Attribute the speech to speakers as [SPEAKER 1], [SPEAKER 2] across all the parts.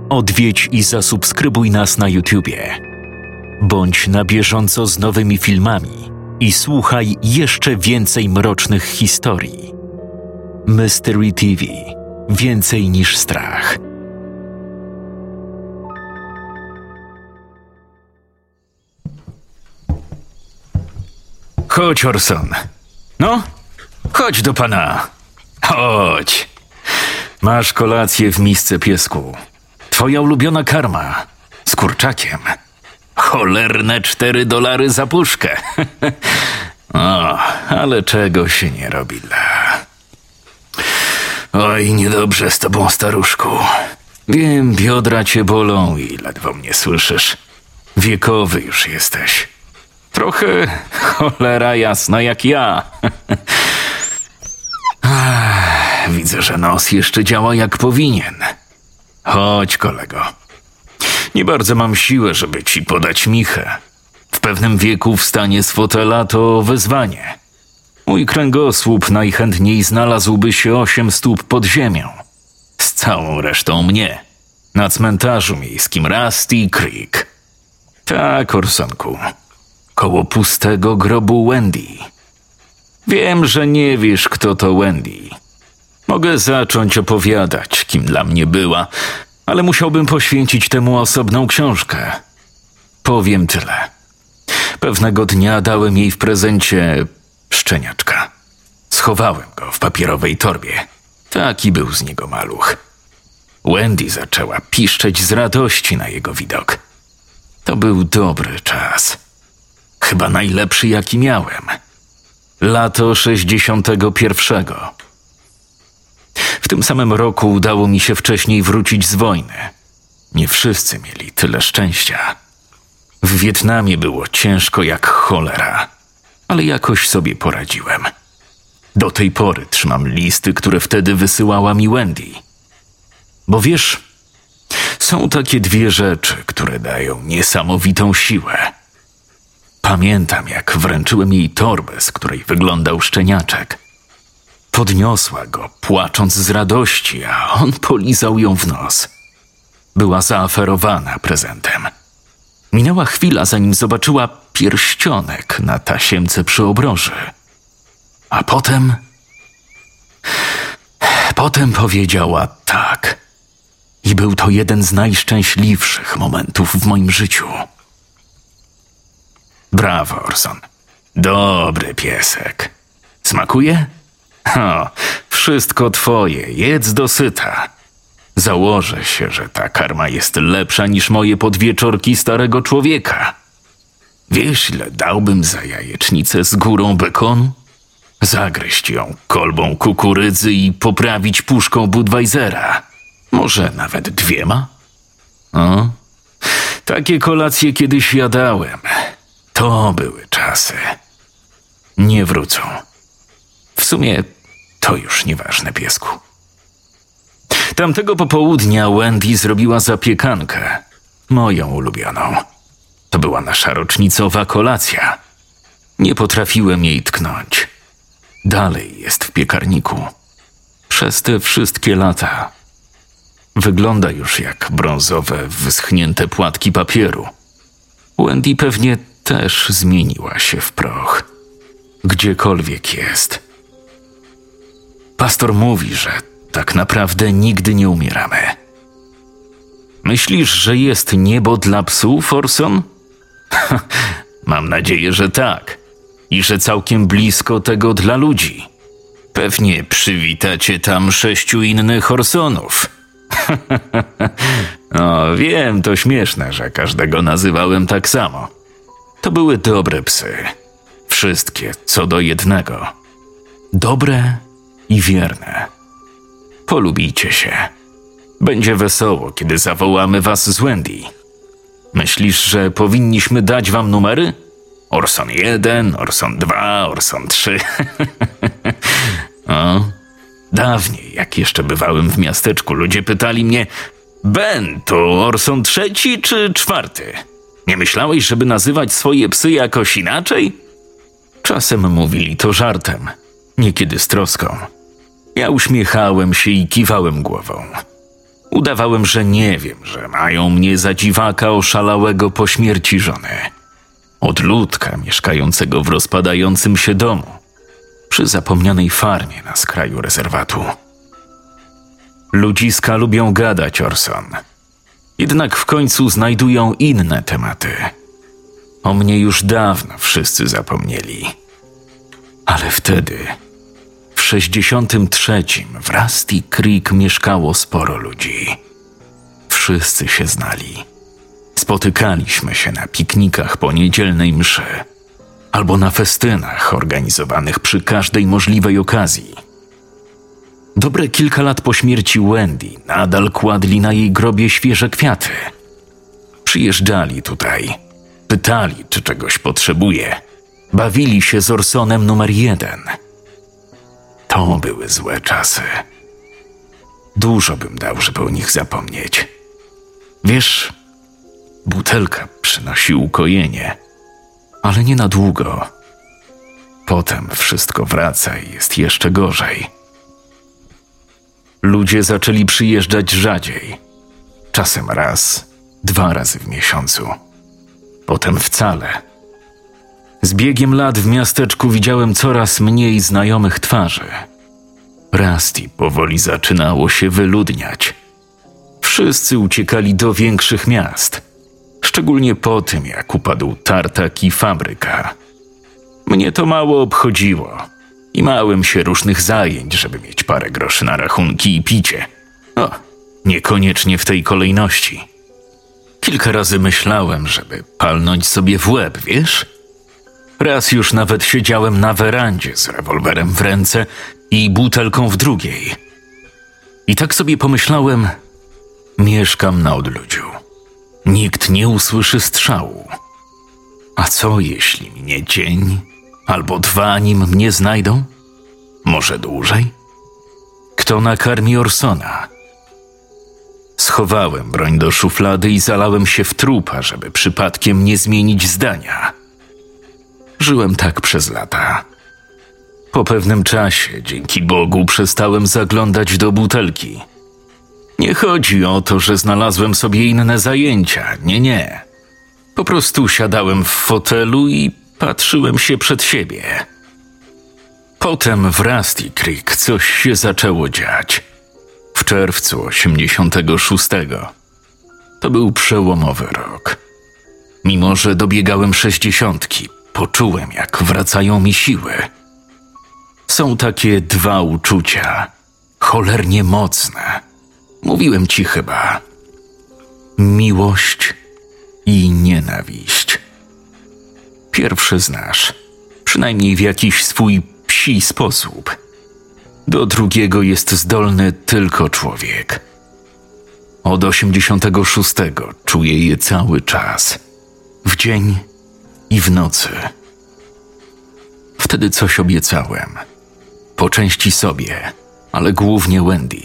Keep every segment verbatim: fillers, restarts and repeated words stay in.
[SPEAKER 1] Odwiedź i zasubskrybuj nas na YouTubie. Bądź na bieżąco z nowymi filmami i słuchaj jeszcze więcej mrocznych historii. Mystery T V. Więcej niż strach. Chodź, Orson. No, chodź do pana. Chodź. Masz kolację w misce, piesku. Twoja ulubiona karma. Z kurczakiem. Cholerne cztery dolary za puszkę. O, ale czego się nie robi dla... Oj, niedobrze z tobą, staruszku. Wiem, biodra cię bolą i ledwo mnie słyszysz. Wiekowy już jesteś. Trochę cholera jasna jak ja. Ach, widzę, że nos jeszcze działa jak powinien. Chodź, kolego. Nie bardzo mam siłę, żeby ci podać michę. W pewnym wieku wstanie z fotela to wyzwanie. Mój kręgosłup najchętniej znalazłby się osiem stóp pod ziemią. Z całą resztą mnie. Na cmentarzu miejskim Rusty Creek. Tak, Orsonku. Koło pustego grobu Wendy. Wiem, że nie wiesz, kto to Wendy. Mogę zacząć opowiadać, kim dla mnie była, ale musiałbym poświęcić temu osobną książkę. Powiem tyle. Pewnego dnia dałem jej w prezencie szczeniaczka. Schowałem go w papierowej torbie. Taki był z niego maluch. Wendy zaczęła piszczeć z radości na jego widok. To był dobry czas. Chyba najlepszy, jaki miałem. Lato sześćdziesiątego pierwszego. W tym samym roku udało mi się wcześniej wrócić z wojny. Nie wszyscy mieli tyle szczęścia. W Wietnamie było ciężko jak cholera, ale jakoś sobie poradziłem. Do tej pory trzymam listy, które wtedy wysyłała mi Wendy. Bo wiesz, są takie dwie rzeczy, które dają niesamowitą siłę. Pamiętam, jak wręczyłem jej torbę, z której wyglądał szczeniaczek. Podniosła go, płacząc z radości, a on polizał ją w nos. Była zaaferowana prezentem. Minęła chwila, zanim zobaczyła pierścionek na tasiemce przy obroży. A potem... Potem powiedziała tak. I był to jeden z najszczęśliwszych momentów w moim życiu. Brawo, Orson. Dobry piesek. Smakuje? O, wszystko twoje, jedz dosyta. Założę się, że ta karma jest lepsza niż moje podwieczorki starego człowieka. Wiesz, ile dałbym za jajecznicę z górą bekonu? Zagryźć ją kolbą kukurydzy i poprawić puszką Budweisera. Może nawet dwiema? O, takie kolacje kiedyś jadałem. To były czasy. Nie wrócą. W sumie to już nieważne, piesku. Tamtego popołudnia Wendy zrobiła zapiekankę. Moją ulubioną. To była nasza rocznicowa kolacja. Nie potrafiłem jej tknąć. Dalej jest w piekarniku. Przez te wszystkie lata. Wygląda już jak brązowe, wyschnięte płatki papieru. Wendy pewnie też zmieniła się w proch. Gdziekolwiek jest. Pastor mówi, że tak naprawdę nigdy nie umieramy. Myślisz, że jest niebo dla psów, Orson? Mam nadzieję, że tak. I że całkiem blisko tego dla ludzi. Pewnie przywitacie tam sześciu innych Orsonów. No, wiem, to śmieszne, że każdego nazywałem tak samo. To były dobre psy. Wszystkie, co do jednego. Dobre i wierne. Polubicie się. Będzie wesoło, kiedy zawołamy was z Wendy. Myślisz, że powinniśmy dać wam numery? Orson jeden, Orson dwa, Orson trzy. O, dawniej, jak jeszcze bywałem w miasteczku, ludzie pytali mnie: Ben, to Orson trzeci czy czwarty? Nie myślałeś, żeby nazywać swoje psy jakoś inaczej? Czasem mówili to żartem, niekiedy z troską. Ja uśmiechałem się i kiwałem głową. Udawałem, że nie wiem, że mają mnie za dziwaka oszalałego po śmierci żony. Odludka mieszkającego w rozpadającym się domu przy zapomnianej farmie na skraju rezerwatu. Ludziska lubią gadać, Orson. Jednak w końcu znajdują inne tematy. O mnie już dawno wszyscy zapomnieli. Ale wtedy, w sześćdziesiątym trzecim w Rusty Creek mieszkało sporo ludzi. Wszyscy się znali. Spotykaliśmy się na piknikach po niedzielnej mszy albo na festynach organizowanych przy każdej możliwej okazji. Dobre kilka lat po śmierci Wendy nadal kładli na jej grobie świeże kwiaty. Przyjeżdżali tutaj, pytali, czy czegoś potrzebuje. Bawili się z Orsonem numer jeden. To były złe czasy. Dużo bym dał, żeby o nich zapomnieć. Wiesz, butelka przynosi ukojenie, ale nie na długo. Potem wszystko wraca i jest jeszcze gorzej. Ludzie zaczęli przyjeżdżać rzadziej. Czasem raz, dwa razy w miesiącu. Potem wcale. Z biegiem lat w miasteczku widziałem coraz mniej znajomych twarzy. Rusty powoli zaczynało się wyludniać. Wszyscy uciekali do większych miast, szczególnie po tym, jak upadł tartak i fabryka. Mnie to mało obchodziło i małem się różnych zajęć, żeby mieć parę groszy na rachunki i picie. O, niekoniecznie w tej kolejności. Kilka razy myślałem, żeby palnąć sobie w łeb, wiesz? Raz już nawet siedziałem na werandzie z rewolwerem w ręce i butelką w drugiej. I tak sobie pomyślałem, mieszkam na odludziu. Nikt nie usłyszy strzału. A co jeśli minie dzień albo dwa, nim mnie znajdą? Może dłużej? Kto nakarmi Orsona? Schowałem broń do szuflady i zalałem się w trupa, żeby przypadkiem nie zmienić zdania. Żyłem tak przez lata. Po pewnym czasie, dzięki Bogu, przestałem zaglądać do butelki. Nie chodzi o to, że znalazłem sobie inne zajęcia. Nie, nie. Po prostu siadałem w fotelu i patrzyłem się przed siebie. Potem w Rusty Creek coś się zaczęło dziać. W czerwcu osiemdziesiątego szóstego. To był przełomowy rok. Mimo że dobiegałem sześćdziesiątki, poczułem, jak wracają mi siły. Są takie dwa uczucia, cholernie mocne. Mówiłem ci chyba. Miłość i nienawiść. Pierwszy znasz, przynajmniej w jakiś swój psi sposób. Do drugiego jest zdolny tylko człowiek. Od osiemdziesiątego szóstego czuję je cały czas. W dzień i w nocy. Wtedy coś obiecałem. Po części sobie, ale głównie Wendy.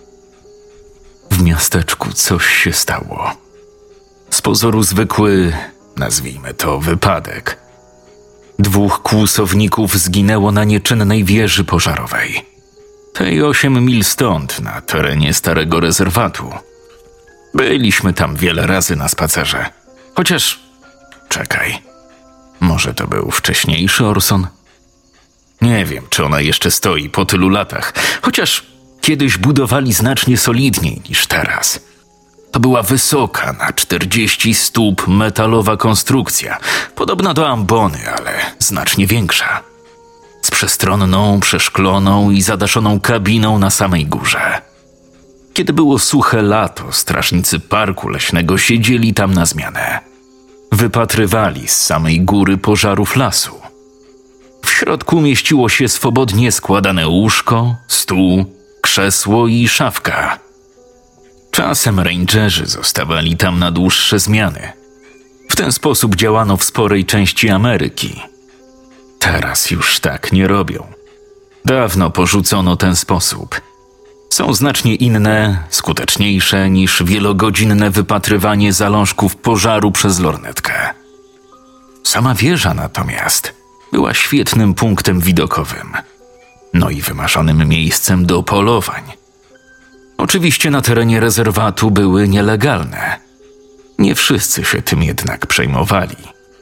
[SPEAKER 1] W miasteczku coś się stało. Z pozoru zwykły, nazwijmy to, wypadek. Dwóch kłusowników zginęło na nieczynnej wieży pożarowej. Tej osiem mil stąd, na terenie starego rezerwatu. Byliśmy tam wiele razy na spacerze. Chociaż... Czekaj. Może to był wcześniejszy Orson? Nie wiem, czy ona jeszcze stoi po tylu latach. Chociaż kiedyś budowali znacznie solidniej niż teraz. To była wysoka, na czterdzieści stóp metalowa konstrukcja. Podobna do ambony, ale znacznie większa. Z przestronną, przeszkloną i zadaszoną kabiną na samej górze. Kiedy było suche lato, strażnicy parku leśnego siedzieli tam na zmianę. Wypatrywali z samej góry pożarów lasu. W środku mieściło się swobodnie składane łóżko, stół, krzesło i szafka. Czasem rangerzy zostawali tam na dłuższe zmiany. W ten sposób działano w sporej części Ameryki. Teraz już tak nie robią. Dawno porzucono ten sposób. Są znacznie inne, skuteczniejsze niż wielogodzinne wypatrywanie zalążków pożaru przez lornetkę. Sama wieża natomiast była świetnym punktem widokowym, no i wymarzonym miejscem do polowań. Oczywiście na terenie rezerwatu były nielegalne. Nie wszyscy się tym jednak przejmowali.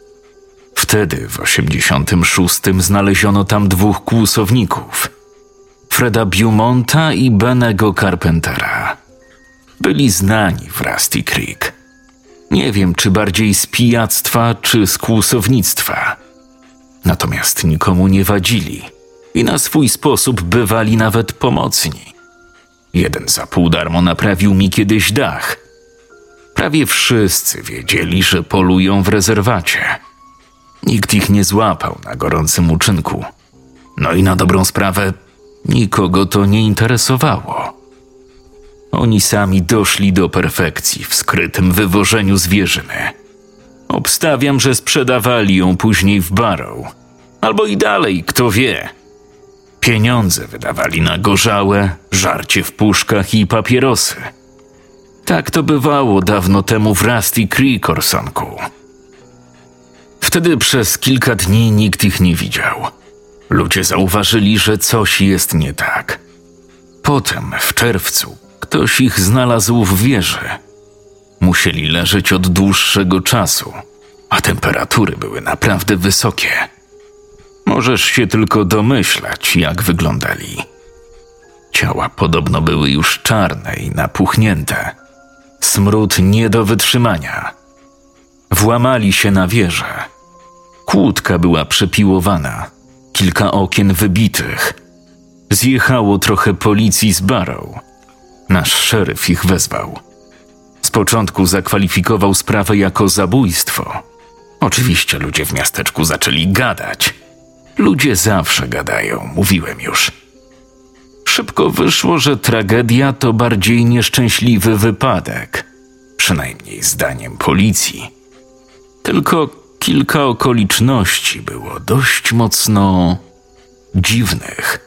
[SPEAKER 1] Wtedy w osiemdziesiątym szóstym znaleziono tam dwóch kłusowników. Freda Beaumonta i Bennego Carpentera. Byli znani w Rusty Creek. Nie wiem, czy bardziej z pijactwa, czy z kłusownictwa. Natomiast nikomu nie wadzili i na swój sposób bywali nawet pomocni. Jeden za pół darmo naprawił mi kiedyś dach. Prawie wszyscy wiedzieli, że polują w rezerwacie. Nikt ich nie złapał na gorącym uczynku. No i na dobrą sprawę nikogo to nie interesowało. Oni sami doszli do perfekcji w skrytym wywożeniu zwierzyny. Obstawiam, że sprzedawali ją później w Barrow. Albo i dalej, kto wie. Pieniądze wydawali na gorzałe, żarcie w puszkach i papierosy. Tak to bywało dawno temu w Rusty Creek, Orsonku. Wtedy przez kilka dni nikt ich nie widział. Ludzie zauważyli, że coś jest nie tak. Potem, w czerwcu, ktoś ich znalazł w wieży. Musieli leżeć od dłuższego czasu, a temperatury były naprawdę wysokie. Możesz się tylko domyślać, jak wyglądali. Ciała podobno były już czarne i napuchnięte. Smród nie do wytrzymania. Włamali się na wieżę. Kłódka była przepiłowana, kilka okien wybitych. Zjechało trochę policji z Barrow. Nasz szeryf ich wezwał. Z początku zakwalifikował sprawę jako zabójstwo. Oczywiście ludzie w miasteczku zaczęli gadać. Ludzie zawsze gadają, mówiłem już. Szybko wyszło, że tragedia to bardziej nieszczęśliwy wypadek. Przynajmniej zdaniem policji. Tylko kilka okoliczności było dość mocno dziwnych.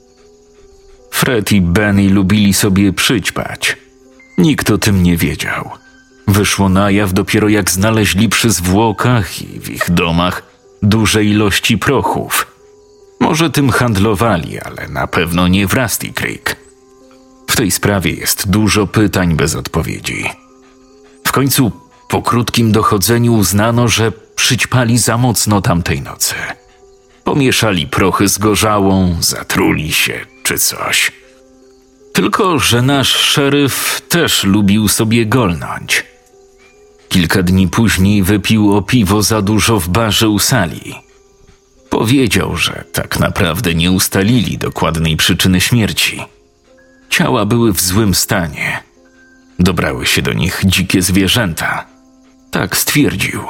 [SPEAKER 1] Fred i Benny lubili sobie przyćpać. Nikt o tym nie wiedział. Wyszło na jaw dopiero jak znaleźli przy zwłokach i w ich domach duże ilości prochów. Może tym handlowali, ale na pewno nie w Rusty Creek. W tej sprawie jest dużo pytań bez odpowiedzi. W końcu po krótkim dochodzeniu uznano, że przyćpali za mocno tamtej nocy. Pomieszali prochy z gorzałą, zatruli się czy coś. Tylko że nasz szeryf też lubił sobie golnąć. Kilka dni później wypił o piwo za dużo w barze u Sali. Powiedział, że tak naprawdę nie ustalili dokładnej przyczyny śmierci. Ciała były w złym stanie. Dobrały się do nich dzikie zwierzęta. Tak stwierdził.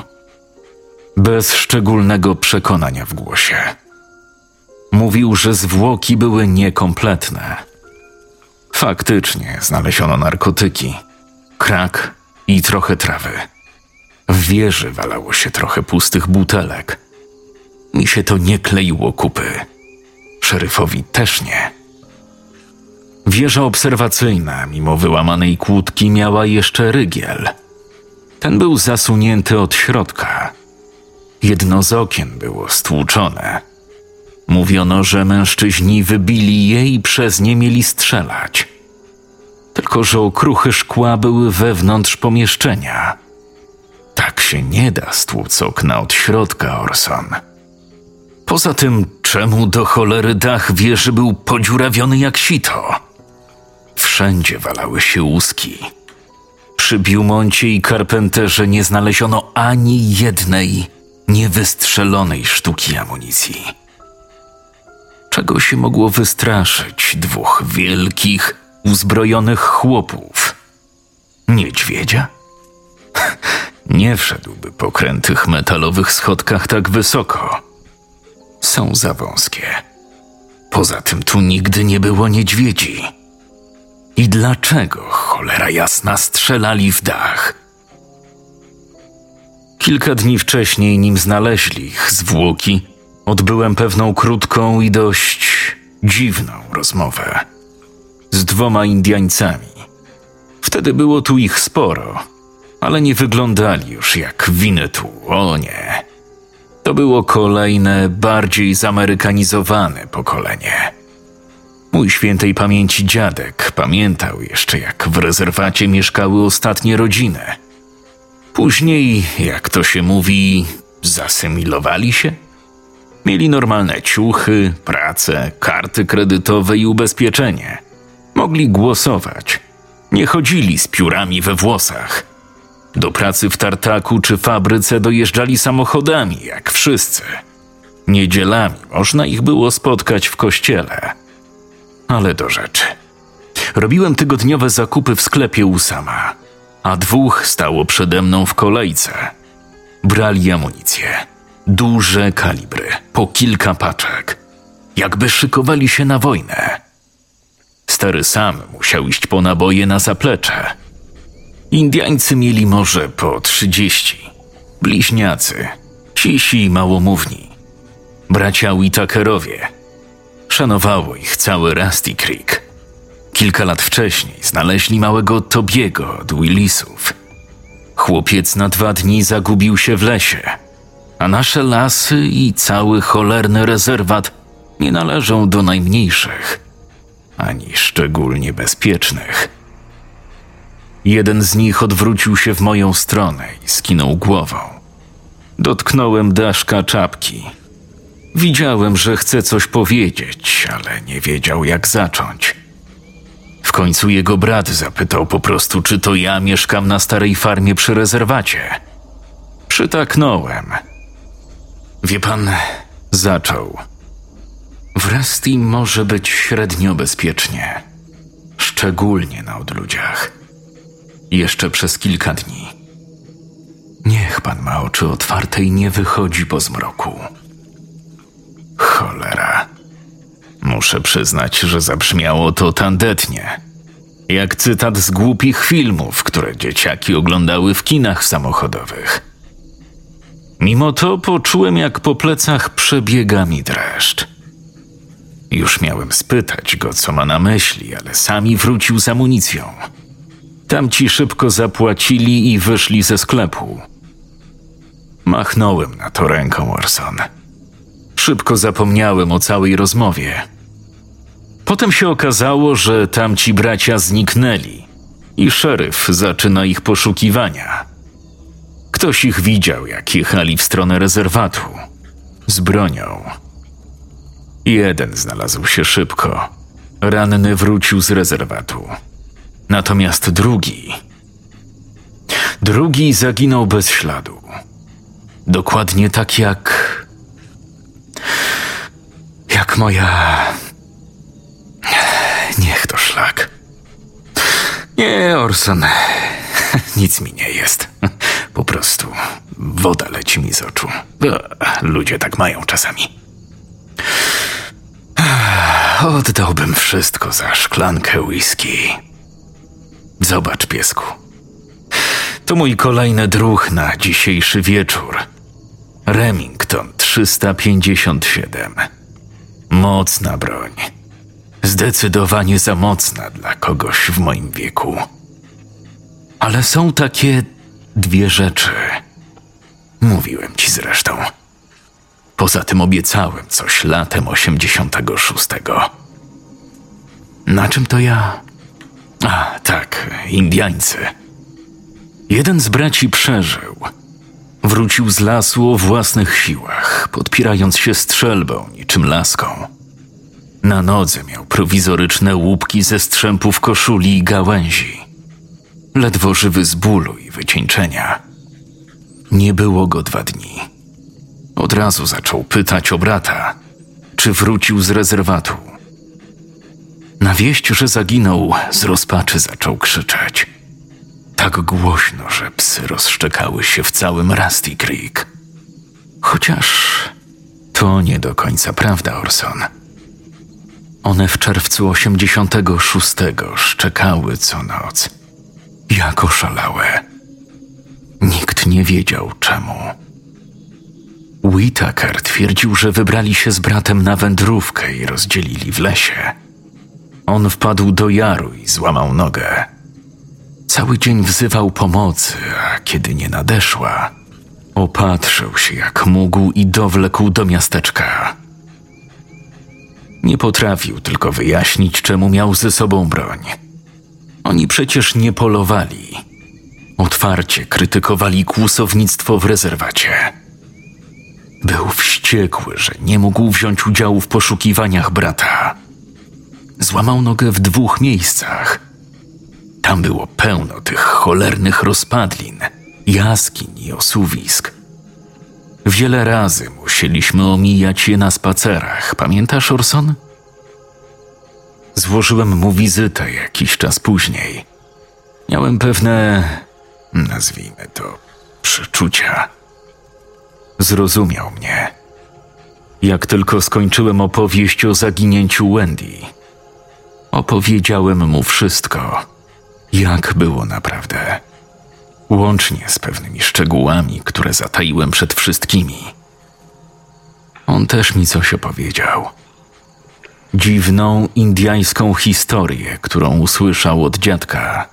[SPEAKER 1] Bez szczególnego przekonania w głosie. Mówił, że zwłoki były niekompletne. Faktycznie znaleziono narkotyki, krak i trochę trawy. W wieży walało się trochę pustych butelek. Mi się to nie kleiło kupy. Szeryfowi też nie. Wieża obserwacyjna, mimo wyłamanej kłódki, miała jeszcze rygiel. Ten był zasunięty od środka. Jedno z okien było stłuczone. Mówiono, że mężczyźni wybili je i przez nie mieli strzelać. Tylko że okruchy szkła były wewnątrz pomieszczenia. Tak się nie da stłuc okna od środka, Orson. Poza tym, czemu do cholery dach wieży był podziurawiony jak sito? Wszędzie walały się łuski. Przy Beaumoncie i Carpenterze nie znaleziono ani jednej niewystrzelonej sztuki amunicji. Czego się mogło wystraszyć dwóch wielkich, uzbrojonych chłopów? Niedźwiedzia? Nie wszedłby po krętych metalowych schodkach tak wysoko. Są za wąskie. Poza tym tu nigdy nie było niedźwiedzi. I dlaczego, cholera jasna, strzelali w dach? Kilka dni wcześniej, nim znaleźli ich zwłoki, odbyłem pewną krótką i dość dziwną rozmowę z dwoma Indiańcami. Wtedy było tu ich sporo, ale nie wyglądali już jak Winnetou, o nie. To było kolejne, bardziej zamerykanizowane pokolenie. Mój świętej pamięci dziadek pamiętał jeszcze, jak w rezerwacie mieszkały ostatnie rodziny. Później, jak to się mówi, zasymilowali się. Mieli normalne ciuchy, pracę, karty kredytowe i ubezpieczenie. Mogli głosować. Nie chodzili z piórami we włosach. Do pracy w tartaku czy fabryce dojeżdżali samochodami, jak wszyscy. Niedzielami można ich było spotkać w kościele. Ale do rzeczy. Robiłem tygodniowe zakupy w sklepie u Sama, a dwóch stało przede mną w kolejce. Brali amunicję. Duże kalibry, po kilka paczek. Jakby szykowali się na wojnę. Stary Sam musiał iść po naboje na zaplecze. Indiańcy mieli może po trzydzieści. Bliźniacy, cisi i małomówni. Bracia Whitakerowie. Szanowało ich całe Rusty Creek. Kilka lat wcześniej znaleźli małego Tobiego od Willisów. Chłopiec na dwa dni zagubił się w lesie, a nasze lasy i cały cholerny rezerwat nie należą do najmniejszych, ani szczególnie bezpiecznych. Jeden z nich odwrócił się w moją stronę i skinął głową. Dotknąłem daszka czapki. Widziałem, że chce coś powiedzieć, ale nie wiedział, jak zacząć. W końcu jego brat zapytał po prostu, czy to ja mieszkam na starej farmie przy rezerwacie. Przytaknąłem. Wie pan, zaczął. W Rusty może być średnio bezpiecznie. Szczególnie na odludziach. Jeszcze przez kilka dni. Niech pan ma oczy otwarte i nie wychodzi po zmroku. Cholera. Muszę przyznać, że zabrzmiało to tandetnie. Jak cytat z głupich filmów, które dzieciaki oglądały w kinach samochodowych. Mimo to poczułem, jak po plecach przebiega mi dreszcz. Już miałem spytać go, co ma na myśli, ale Sami wrócił z amunicją. Tamci szybko zapłacili i wyszli ze sklepu. Machnąłem na to ręką, Orson. Szybko zapomniałem o całej rozmowie. Potem się okazało, że tamci bracia zniknęli i szeryf zaczyna ich poszukiwania. Ktoś ich widział, jak jechali w stronę rezerwatu. Z bronią. Jeden znalazł się szybko. Ranny wrócił z rezerwatu. Natomiast drugi... Drugi zaginął bez śladu. Dokładnie tak jak... Jak moja... Niech to szlak. Nie, Orson, nic mi nie jest. Po prostu woda leci mi z oczu. Ludzie tak mają czasami. Oddałbym wszystko za szklankę whisky. Zobacz, piesku. To mój kolejny druh na dzisiejszy wieczór. Remington trzysta pięćdziesiąt siedem. Mocna broń. Zdecydowanie za mocna dla kogoś w moim wieku. Ale są takie dwie rzeczy. Mówiłem ci zresztą. Poza tym obiecałem coś latem osiemdziesiątego szóstego. Na czym to ja? A, tak, Indiańcy. Jeden z braci przeżył. Wrócił z lasu o własnych siłach, podpierając się strzelbą niczym laską. Na nodze miał prowizoryczne łupki ze strzępów koszuli i gałęzi. Ledwo żywy z bólu i wycieńczenia. Nie było go dwa dni. Od razu zaczął pytać o brata, czy wrócił z rezerwatu. Na wieść, że zaginął, z rozpaczy zaczął krzyczeć. Tak głośno, że psy rozszczekały się w całym Rusty Creek. Chociaż to nie do końca prawda, Orson. One w czerwcu osiemdziesiątego szóstego szczekały co noc. Jak oszalałe. Nikt nie wiedział czemu. Whitaker twierdził, że wybrali się z bratem na wędrówkę i rozdzielili w lesie. On wpadł do jaru i złamał nogę. Cały dzień wzywał pomocy, a kiedy nie nadeszła, opatrzył się jak mógł i dowlekł do miasteczka. Nie potrafił tylko wyjaśnić, czemu miał ze sobą broń. Oni przecież nie polowali. Otwarcie krytykowali kłusownictwo w rezerwacie. Był wściekły, że nie mógł wziąć udziału w poszukiwaniach brata. Złamał nogę w dwóch miejscach. Tam było pełno tych cholernych rozpadlin, jaskiń i osuwisk. Wiele razy musieliśmy omijać je na spacerach. Pamiętasz, Orson? Złożyłem mu wizytę jakiś czas później. Miałem pewne, nazwijmy to, przeczucia. Zrozumiał mnie. Jak tylko skończyłem opowieść o zaginięciu Wendy, opowiedziałem mu wszystko, jak było naprawdę. Łącznie z pewnymi szczegółami, które zataiłem przed wszystkimi. On też mi coś opowiedział. Dziwną, indyjską historię, którą usłyszał od dziadka.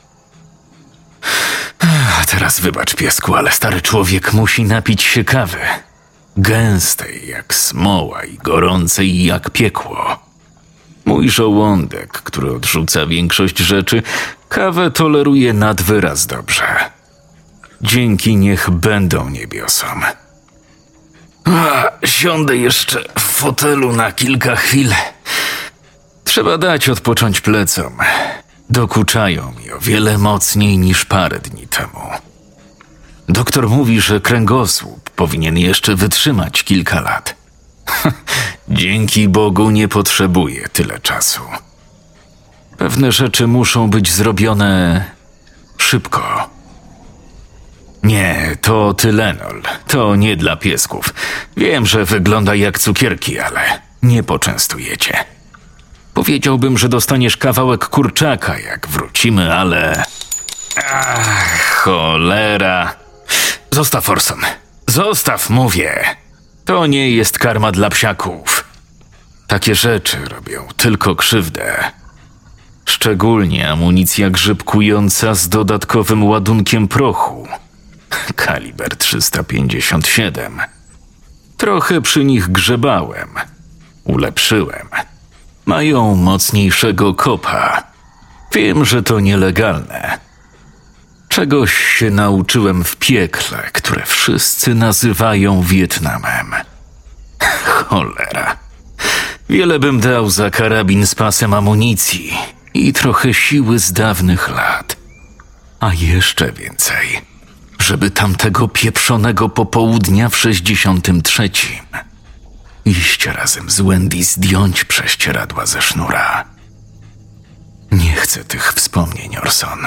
[SPEAKER 1] A teraz wybacz, piesku, ale stary człowiek musi napić się kawy. Gęstej jak smoła i gorącej jak piekło. Mój żołądek, który odrzuca większość rzeczy, kawę toleruje nad wyraz dobrze. Dzięki niech będą niebiosom. A, siądę jeszcze w fotelu na kilka chwil. Trzeba dać odpocząć plecom. Dokuczają mi o wiele mocniej niż parę dni temu. Doktor mówi, że kręgosłup powinien jeszcze wytrzymać kilka lat. Dzięki Bogu nie potrzebuję tyle czasu. Pewne rzeczy muszą być zrobione szybko. Nie, to Tylenol. To nie dla piesków. Wiem, że wygląda jak cukierki, ale nie poczęstujecie. Powiedziałbym, że dostaniesz kawałek kurczaka, jak wrócimy, ale... Ach, cholera. Zostaw, Orson. Zostaw, mówię. To nie jest karma dla psiaków. Takie rzeczy robią tylko krzywdę. Szczególnie amunicja grzybkująca z dodatkowym ładunkiem prochu. Kaliber trzysta pięćdziesiąt siedem. Trochę przy nich grzebałem. Ulepszyłem. Mają mocniejszego kopa. Wiem, że to nielegalne. Czegoś się nauczyłem w piekle, które wszyscy nazywają Wietnamem. Cholera. Wiele bym dał za karabin z pasem amunicji i trochę siły z dawnych lat. A jeszcze więcej, żeby tamtego pieprzonego popołudnia w sześćdziesiątym trzecim iść razem z Wendy zdjąć prześcieradła ze sznura. Nie chcę tych wspomnień, Orson.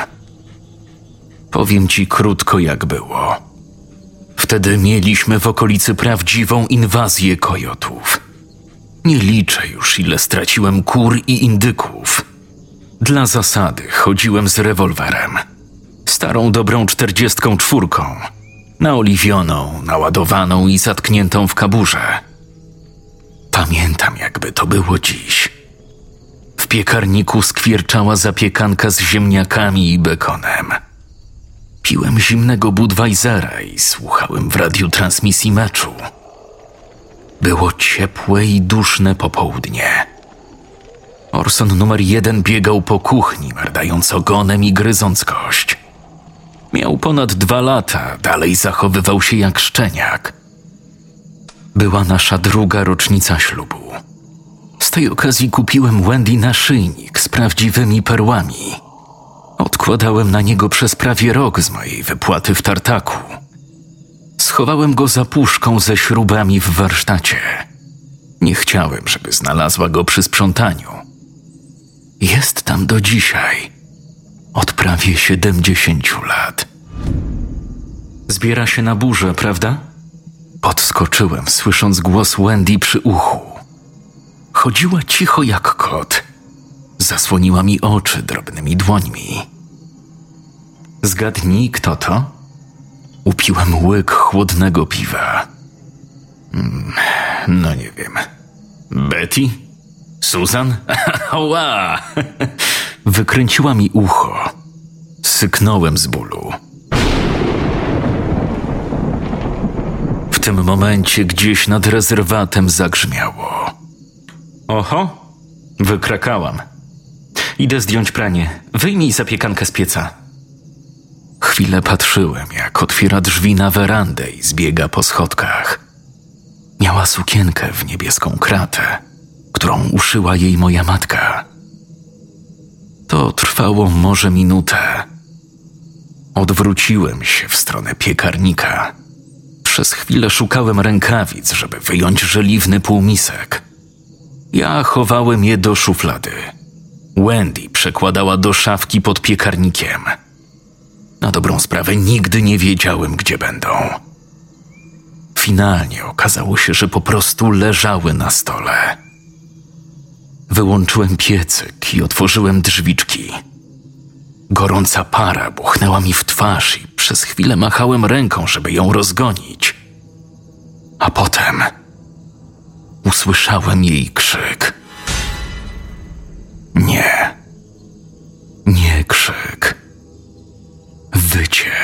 [SPEAKER 1] Powiem ci krótko, jak było. Wtedy mieliśmy w okolicy prawdziwą inwazję kojotów. Nie liczę już, ile straciłem kur i indyków. Dla zasady chodziłem z rewolwerem. Starą, dobrą czterdziestką czwórką. Naoliwioną, naładowaną i zatkniętą w kaburze. Pamiętam, jakby to było dziś. W piekarniku skwierczała zapiekanka z ziemniakami i bekonem. Piłem zimnego Budweisera i słuchałem w radiu transmisji meczu. Było ciepłe i duszne popołudnie. Orson numer jeden biegał po kuchni, merdając ogonem i gryząc kość. Miał ponad dwa lata, dalej zachowywał się jak szczeniak. Była nasza druga rocznica ślubu. Z tej okazji kupiłem Wendy naszyjnik z prawdziwymi perłami. Odkładałem na niego przez prawie rok z mojej wypłaty w tartaku. Schowałem go za puszką ze śrubami w warsztacie. Nie chciałem, żeby znalazła go przy sprzątaniu. Jest tam do dzisiaj, od prawie siedemdziesięciu lat. Zbiera się na burzę, prawda? Podskoczyłem, słysząc głos Wendy przy uchu. Chodziła cicho jak kot. Zasłoniła mi oczy drobnymi dłońmi. Zgadnij, kto to? Upiłem łyk chłodnego piwa. Hmm, no nie wiem. Betty? Susan? Ła! Wykręciła mi ucho. Syknąłem z bólu. W tym momencie gdzieś nad rezerwatem zagrzmiało. Oho, wykrakałam. Idę zdjąć pranie. Wyjmij zapiekankę z pieca. Chwilę patrzyłem, jak otwiera drzwi na werandę i zbiega po schodkach. Miała sukienkę w niebieską kratę, którą uszyła jej moja matka. To trwało może minutę. Odwróciłem się w stronę piekarnika. Przez chwilę szukałem rękawic, żeby wyjąć żeliwny półmisek. Ja chowałem je do szuflady. Wendy przekładała do szafki pod piekarnikiem. Na dobrą sprawę nigdy nie wiedziałem, gdzie będą. Finalnie okazało się, że po prostu leżały na stole. Wyłączyłem piecyk i otworzyłem drzwiczki. Gorąca para buchnęła mi w twarz i przez chwilę machałem ręką, żeby ją rozgonić. A potem usłyszałem jej krzyk. Nie. Nie krzyk. Wycie.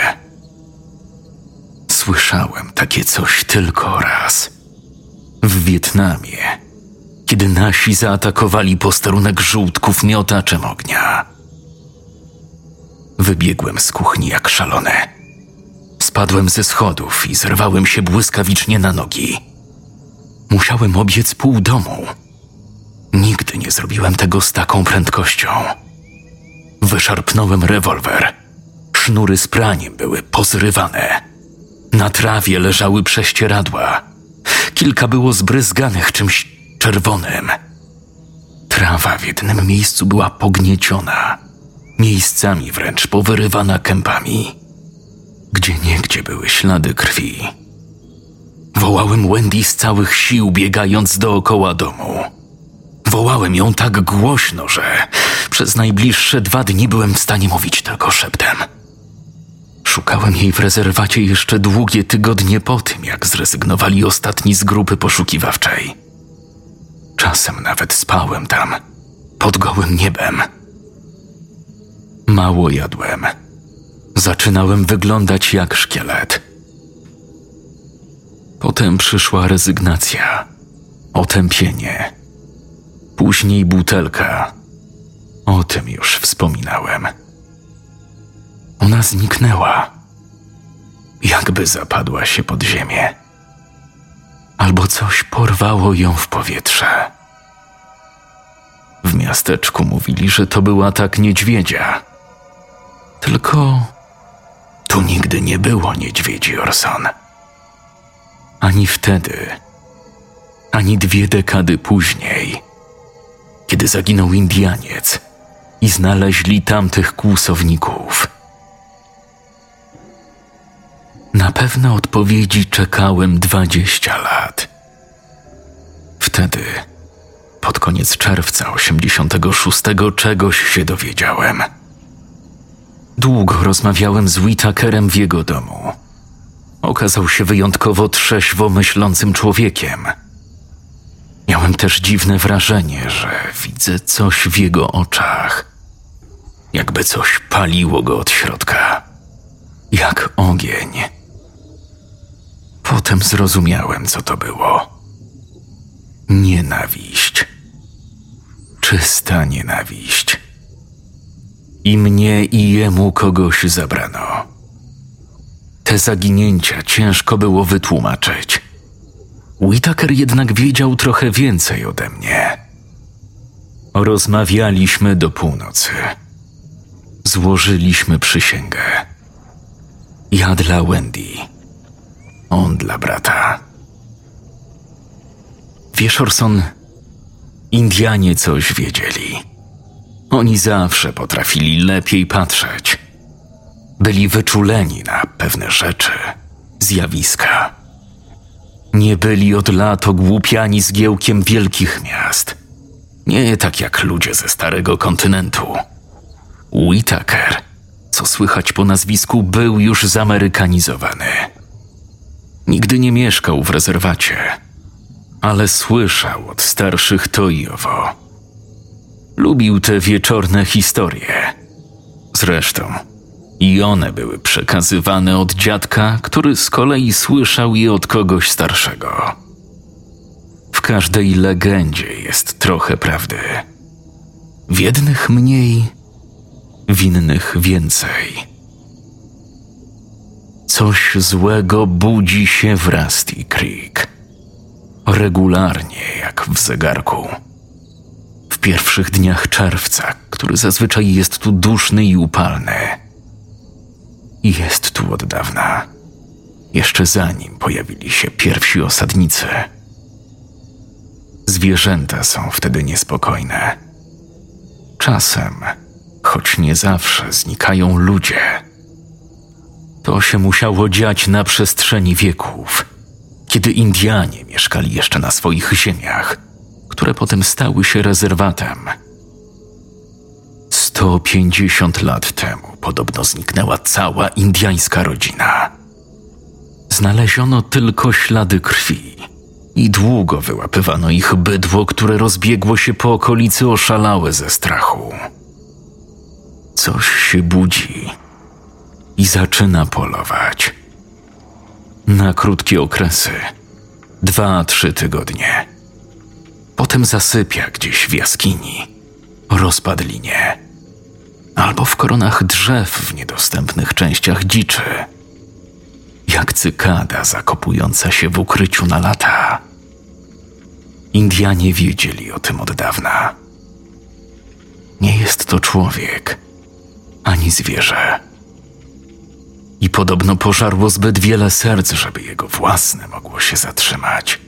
[SPEAKER 1] Słyszałem takie coś tylko raz. W Wietnamie, kiedy nasi zaatakowali posterunek żółtków miotaczem ognia. Wybiegłem z kuchni jak szalony. Spadłem ze schodów i zerwałem się błyskawicznie na nogi. Musiałem obiec pół domu. Nigdy nie zrobiłem tego z taką prędkością. Wyszarpnąłem rewolwer. Sznury z praniem były pozrywane. Na trawie leżały prześcieradła. Kilka było zbryzganych czymś czerwonym. Trawa w jednym miejscu była pognieciona. Miejscami wręcz powyrywana kępami. Gdzieniegdzie były ślady krwi. Wołałem Wendy z całych sił, biegając dookoła domu. Wołałem ją tak głośno, że przez najbliższe dwa dni byłem w stanie mówić tylko szeptem. Szukałem jej w rezerwacie jeszcze długie tygodnie po tym, jak zrezygnowali ostatni z grupy poszukiwawczej. Czasem nawet spałem tam, pod gołym niebem. Mało jadłem. Zaczynałem wyglądać jak szkielet. Potem przyszła rezygnacja, otępienie, później butelka. O tym już wspominałem. Ona zniknęła, jakby zapadła się pod ziemię. Albo coś porwało ją w powietrze. W miasteczku mówili, że to był atak niedźwiedzia. Tylko tu nigdy nie było niedźwiedzi, Orson. Ani wtedy, ani dwie dekady później, kiedy zaginął Indianiec i znaleźli tamtych kłusowników. Na pewne odpowiedzi czekałem dwadzieścia lat. Wtedy, pod koniec czerwca osiemdziesiątego szóstego, czegoś się dowiedziałem. Długo rozmawiałem z Whittakerem w jego domu. Okazał się wyjątkowo trzeźwo myślącym człowiekiem. Miałem też dziwne wrażenie, że widzę coś w jego oczach. Jakby coś paliło go od środka. Jak ogień. Potem zrozumiałem, co to było. Nienawiść. Czysta nienawiść. I mnie, i jemu kogoś zabrano. Te zaginięcia ciężko było wytłumaczyć. Whittaker jednak wiedział trochę więcej ode mnie. Rozmawialiśmy do północy. Złożyliśmy przysięgę. Ja dla Wendy, on dla brata. Wiesz, Orson, Indianie coś wiedzieli. Oni zawsze potrafili lepiej patrzeć. Byli wyczuleni na pewne rzeczy, zjawiska. Nie byli od lat ogłupiani zgiełkiem wielkich miast. Nie tak jak ludzie ze starego kontynentu. Whittaker, co słychać po nazwisku, był już zamerykanizowany. Nigdy nie mieszkał w rezerwacie, ale słyszał od starszych to i owo. Lubił te wieczorne historie. Zresztą i one były przekazywane od dziadka, który z kolei słyszał je od kogoś starszego. W każdej legendzie jest trochę prawdy. W jednych mniej, w innych więcej. Coś złego budzi się w Rusty Creek. Regularnie, jak w zegarku. W pierwszych dniach czerwca, który zazwyczaj jest tu duszny i upalny. I jest tu od dawna. Jeszcze zanim pojawili się pierwsi osadnicy. Zwierzęta są wtedy niespokojne. Czasem, choć nie zawsze, znikają ludzie. To się musiało dziać na przestrzeni wieków, kiedy Indianie mieszkali jeszcze na swoich ziemiach, które potem stały się rezerwatem. sto pięćdziesiąt lat temu podobno zniknęła cała indiańska rodzina. Znaleziono tylko ślady krwi i długo wyłapywano ich bydło, które rozbiegło się po okolicy oszalałe ze strachu. Coś się budzi i zaczyna polować. Na krótkie okresy, dwa, trzy tygodnie. Potem zasypia gdzieś w jaskini, rozpadlinie, albo w koronach drzew w niedostępnych częściach dziczy. Jak cykada zakopująca się w ukryciu na lata. Indianie wiedzieli o tym od dawna. Nie jest to człowiek, ani zwierzę. I podobno pożarło zbyt wiele serc, żeby jego własne mogło się zatrzymać.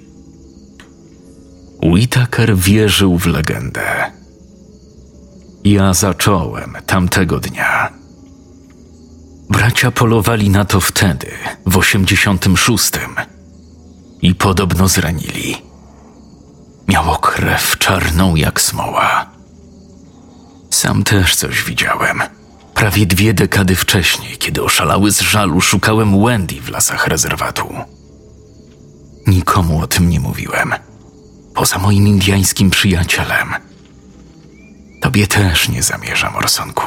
[SPEAKER 1] Whittaker wierzył w legendę. Ja zacząłem tamtego dnia. Bracia polowali na to wtedy, w osiemdziesiątym szóstym. I podobno zranili. Miało krew czarną jak smoła. Sam też coś widziałem. Prawie dwie dekady wcześniej, kiedy oszalały z żalu, szukałem Wendy w lasach rezerwatu. Nikomu o tym nie mówiłem. Poza moim indiańskim przyjacielem. Tobie też nie zamierzam, Orsonku.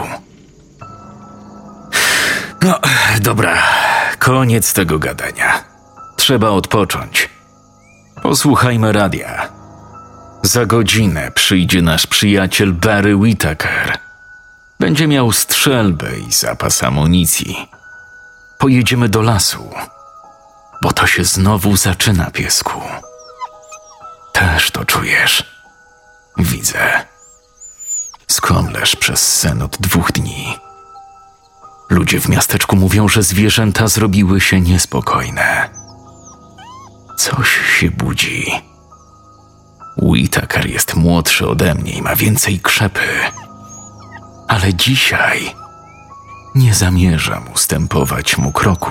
[SPEAKER 1] No, dobra, koniec tego gadania. Trzeba odpocząć. Posłuchajmy radia. Za godzinę przyjdzie nasz przyjaciel Barry Whittaker. Będzie miał strzelbę i zapas amunicji. Pojedziemy do lasu, bo to się znowu zaczyna, piesku. Też to czujesz. Widzę. Skomlesz przez sen od dwóch dni. Ludzie w miasteczku mówią, że zwierzęta zrobiły się niespokojne. Coś się budzi. Whittaker jest młodszy ode mnie i ma więcej krzepy. Ale dzisiaj nie zamierzam ustępować mu kroku.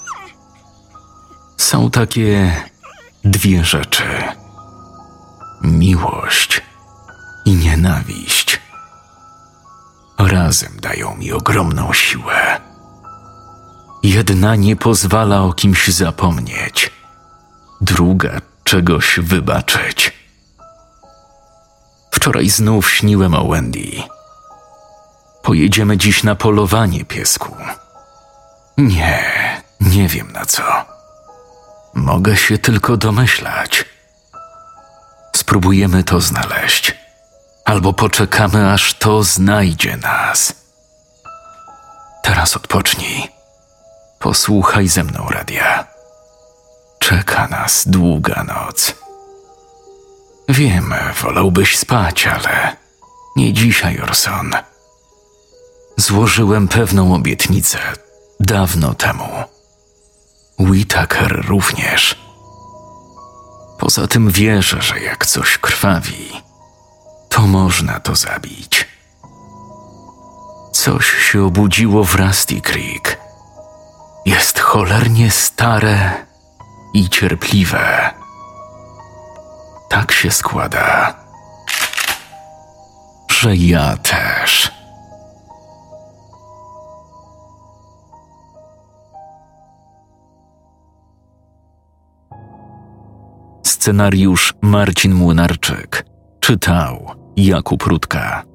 [SPEAKER 1] Są takie dwie rzeczy. Miłość i nienawiść. Razem dają mi ogromną siłę. Jedna nie pozwala o kimś zapomnieć, druga czegoś wybaczyć. Wczoraj znów śniłem o Wendy. Pojedziemy dziś na polowanie, piesku. Nie, nie wiem na co. Mogę się tylko domyślać. Spróbujemy to znaleźć. Albo poczekamy, aż to znajdzie nas. Teraz odpocznij. Posłuchaj ze mną radia. Czeka nas długa noc. Wiem, wolałbyś spać, ale nie dzisiaj, Orson. Złożyłem pewną obietnicę dawno temu. Whittaker również. Poza tym wierzę, że jak coś krwawi, to można to zabić. Coś się obudziło w Rusty Creek. Jest cholernie stare i cierpliwe. Tak się składa, że ja też. Scenariusz Marcin Młynarczyk. Czytał Jakub Rutka.